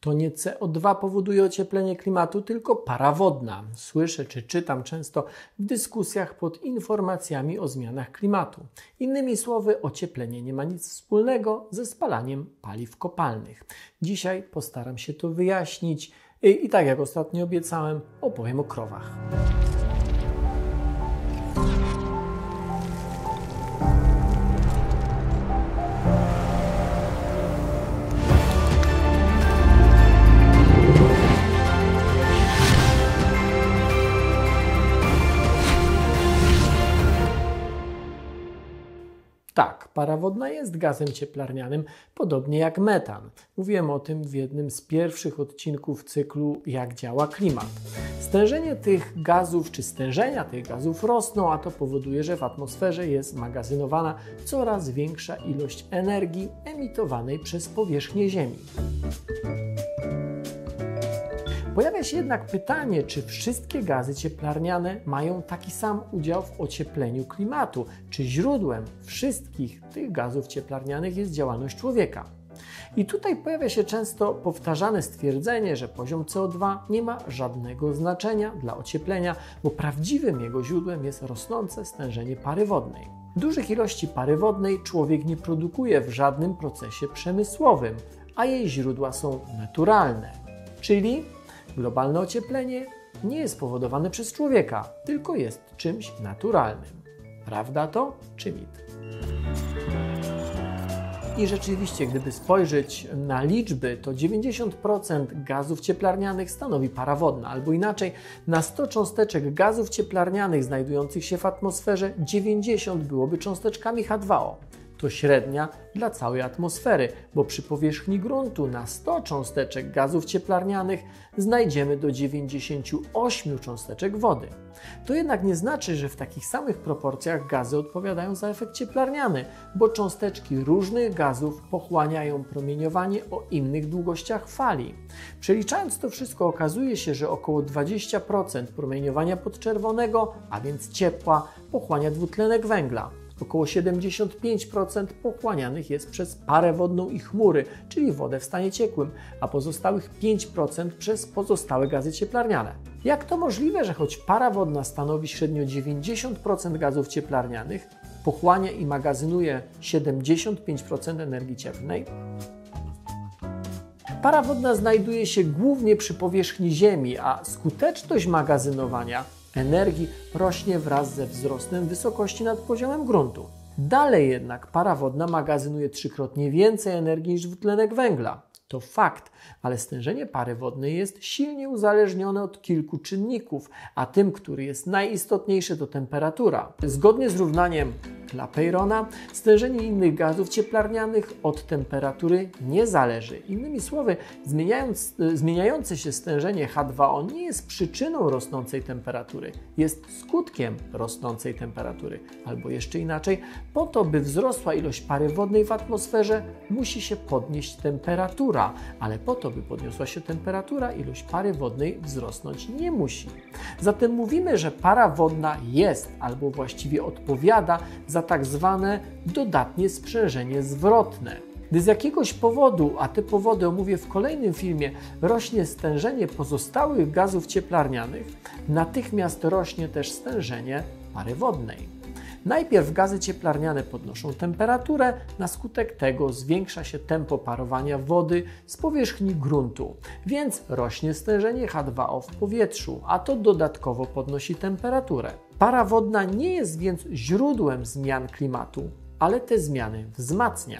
To nie CO2 powoduje ocieplenie klimatu, tylko para wodna. Słyszę czy czytam często w dyskusjach pod informacjami o zmianach klimatu. Innymi słowy, ocieplenie nie ma nic wspólnego ze spalaniem paliw kopalnych. Dzisiaj postaram się to wyjaśnić i tak jak ostatnio obiecałem, opowiem o krowach. Tak, para wodna jest gazem cieplarnianym, podobnie jak metan. Mówiłem o tym w jednym z pierwszych odcinków cyklu Jak działa klimat. Stężenie tych gazów czy stężenia tych gazów rosną, a to powoduje, że w atmosferze jest magazynowana coraz większa ilość energii emitowanej przez powierzchnię Ziemi. Pojawia się jednak pytanie, czy wszystkie gazy cieplarniane mają taki sam udział w ociepleniu klimatu, czy źródłem wszystkich tych gazów cieplarnianych jest działalność człowieka. I tutaj pojawia się często powtarzane stwierdzenie, że poziom CO2 nie ma żadnego znaczenia dla ocieplenia, bo prawdziwym jego źródłem jest rosnące stężenie pary wodnej. Dużych ilości pary wodnej człowiek nie produkuje w żadnym procesie przemysłowym, a jej źródła są naturalne, czyli globalne ocieplenie nie jest spowodowane przez człowieka, tylko jest czymś naturalnym. Prawda to czy mit? I rzeczywiście, gdyby spojrzeć na liczby, to 90% gazów cieplarnianych stanowi para wodna, albo inaczej, na 100 cząsteczek gazów cieplarnianych znajdujących się w atmosferze, 90 byłoby cząsteczkami H2O. To średnia dla całej atmosfery, bo przy powierzchni gruntu na 100 cząsteczek gazów cieplarnianych znajdziemy do 98 cząsteczek wody. To jednak nie znaczy, że w takich samych proporcjach gazy odpowiadają za efekt cieplarniany, bo cząsteczki różnych gazów pochłaniają promieniowanie o innych długościach fali. Przeliczając to wszystko, okazuje się, że około 20% promieniowania podczerwonego, a więc ciepła, pochłania dwutlenek węgla. Około 75% pochłanianych jest przez parę wodną i chmury, czyli wodę w stanie ciekłym, a pozostałych 5% przez pozostałe gazy cieplarniane. Jak to możliwe, że choć para wodna stanowi średnio 90% gazów cieplarnianych, pochłania i magazynuje 75% energii cieplnej? Para wodna znajduje się głównie przy powierzchni Ziemi, a skuteczność magazynowania energii rośnie wraz ze wzrostem wysokości nad poziomem gruntu. Dalej jednak para wodna magazynuje trzykrotnie więcej energii niż dwutlenek węgla. To fakt, ale stężenie pary wodnej jest silnie uzależnione od kilku czynników, a tym, który jest najistotniejszy, to temperatura. Zgodnie z równaniem Clapeyrona, stężenie innych gazów cieplarnianych od temperatury nie zależy. Innymi słowy, zmieniające się stężenie H2O nie jest przyczyną rosnącej temperatury, jest skutkiem rosnącej temperatury. Albo jeszcze inaczej, po to, by wzrosła ilość pary wodnej w atmosferze, musi się podnieść temperatura, ale po to, by podniosła się temperatura, ilość pary wodnej wzrosnąć nie musi. Zatem mówimy, że para wodna jest, albo właściwie odpowiada za tak zwane dodatnie sprzężenie zwrotne. Gdy z jakiegoś powodu, a te powody omówię w kolejnym filmie, rośnie stężenie pozostałych gazów cieplarnianych, natychmiast rośnie też stężenie pary wodnej. Najpierw gazy cieplarniane podnoszą temperaturę, na skutek tego zwiększa się tempo parowania wody z powierzchni gruntu, więc rośnie stężenie H2O w powietrzu, a to dodatkowo podnosi temperaturę. Para wodna nie jest więc źródłem zmian klimatu, ale te zmiany wzmacnia.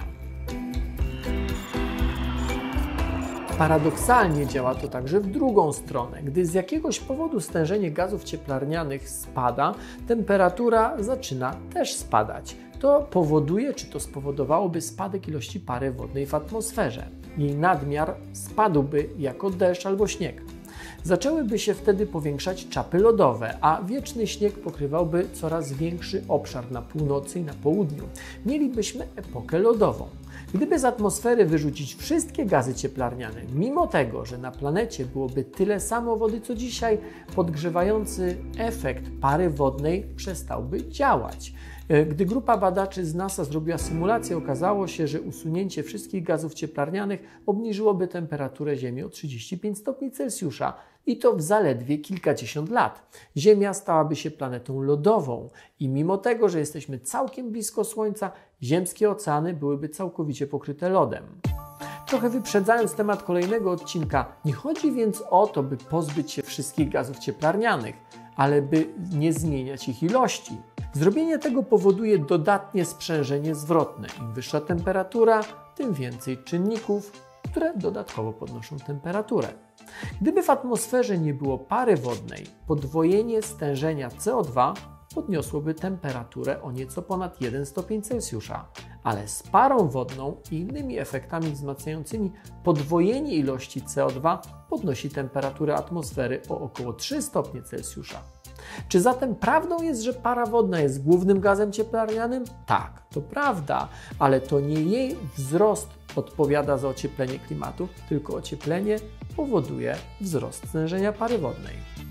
Paradoksalnie działa to także w drugą stronę. Gdy z jakiegoś powodu stężenie gazów cieplarnianych spada, temperatura zaczyna też spadać. To powoduje, czy to spowodowałoby spadek ilości pary wodnej w atmosferze. Jej nadmiar spadłby jako deszcz albo śnieg. Zaczęłyby się wtedy powiększać czapy lodowe, a wieczny śnieg pokrywałby coraz większy obszar na północy i na południu. Mielibyśmy epokę lodową. Gdyby z atmosfery wyrzucić wszystkie gazy cieplarniane, mimo tego, że na planecie byłoby tyle samo wody co dzisiaj, podgrzewający efekt pary wodnej przestałby działać. Gdy grupa badaczy z NASA zrobiła symulację, okazało się, że usunięcie wszystkich gazów cieplarnianych obniżyłoby temperaturę Ziemi o 35 stopni Celsjusza i to w zaledwie kilkadziesiąt lat. Ziemia stałaby się planetą lodową i mimo tego, że jesteśmy całkiem blisko Słońca, ziemskie oceany byłyby całkowicie pokryte lodem. Trochę wyprzedzając temat kolejnego odcinka, nie chodzi więc o to, by pozbyć się wszystkich gazów cieplarnianych, ale by nie zmieniać ich ilości. Zrobienie tego powoduje dodatnie sprzężenie zwrotne. Im wyższa temperatura, tym więcej czynników, które dodatkowo podnoszą temperaturę. Gdyby w atmosferze nie było pary wodnej, podwojenie stężenia CO2 podniosłoby temperaturę o nieco ponad 1 stopień Celsjusza, ale z parą wodną i innymi efektami wzmacniającymi podwojenie ilości CO2 podnosi temperaturę atmosfery o około 3 stopnie Celsjusza. Czy zatem prawdą jest, że para wodna jest głównym gazem cieplarnianym? Tak, to prawda, ale to nie jej wzrost odpowiada za ocieplenie klimatu, tylko ocieplenie powoduje wzrost stężenia pary wodnej.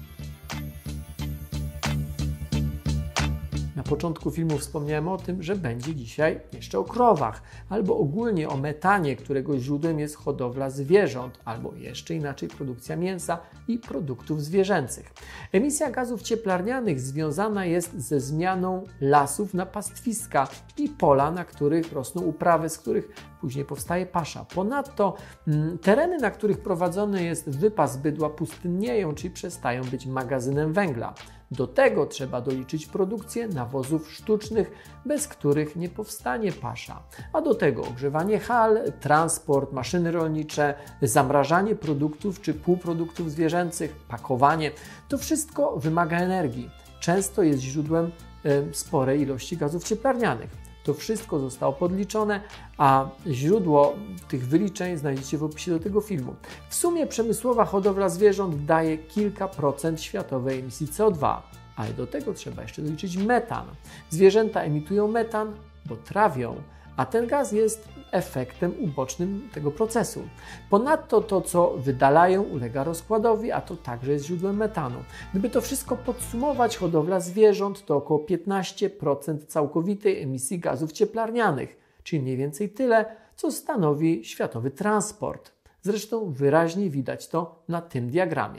Na początku filmu wspomniałem o tym, że będzie dzisiaj jeszcze o krowach, albo ogólnie o metanie, którego źródłem jest hodowla zwierząt, albo jeszcze inaczej produkcja mięsa i produktów zwierzęcych. Emisja gazów cieplarnianych związana jest ze zmianą lasów na pastwiska i pola, na których rosną uprawy, z których później powstaje pasza. Ponadto tereny, na których prowadzony jest wypas bydła, pustynnieją, czyli przestają być magazynem węgla. Do tego trzeba doliczyć produkcję nawozów sztucznych, bez których nie powstanie pasza. A do tego ogrzewanie hal, transport, maszyny rolnicze, zamrażanie produktów czy półproduktów zwierzęcych, pakowanie. To wszystko wymaga energii. Często jest źródłem sporej ilości gazów cieplarnianych. To wszystko zostało podliczone, a źródło tych wyliczeń znajdziecie w opisie do tego filmu. W sumie przemysłowa hodowla zwierząt daje kilka procent światowej emisji CO2, ale do tego trzeba jeszcze doliczyć metan. Zwierzęta emitują metan, bo trawią, a ten gaz jest efektem ubocznym tego procesu. Ponadto to, co wydalają, ulega rozkładowi, a to także jest źródłem metanu. Gdyby to wszystko podsumować, hodowla zwierząt to około 15% całkowitej emisji gazów cieplarnianych, czyli mniej więcej tyle, co stanowi światowy transport. Zresztą wyraźnie widać to na tym diagramie.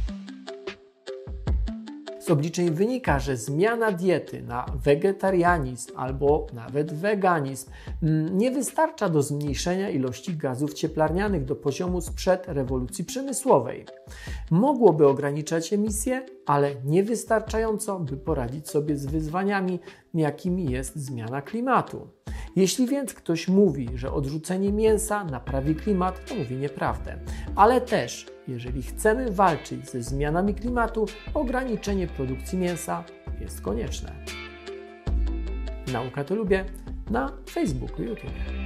Z obliczeń wynika, że zmiana diety na wegetarianizm albo nawet weganizm nie wystarcza do zmniejszenia ilości gazów cieplarnianych do poziomu sprzed rewolucji przemysłowej. Mogłoby ograniczać emisję, ale niewystarczająco, by poradzić sobie z wyzwaniami, jakimi jest zmiana klimatu. Jeśli więc ktoś mówi, że odrzucenie mięsa naprawi klimat, to mówi nieprawdę. Ale też, jeżeli chcemy walczyć ze zmianami klimatu, ograniczenie produkcji mięsa jest konieczne. Nauka to lubię na Facebooku i YouTube.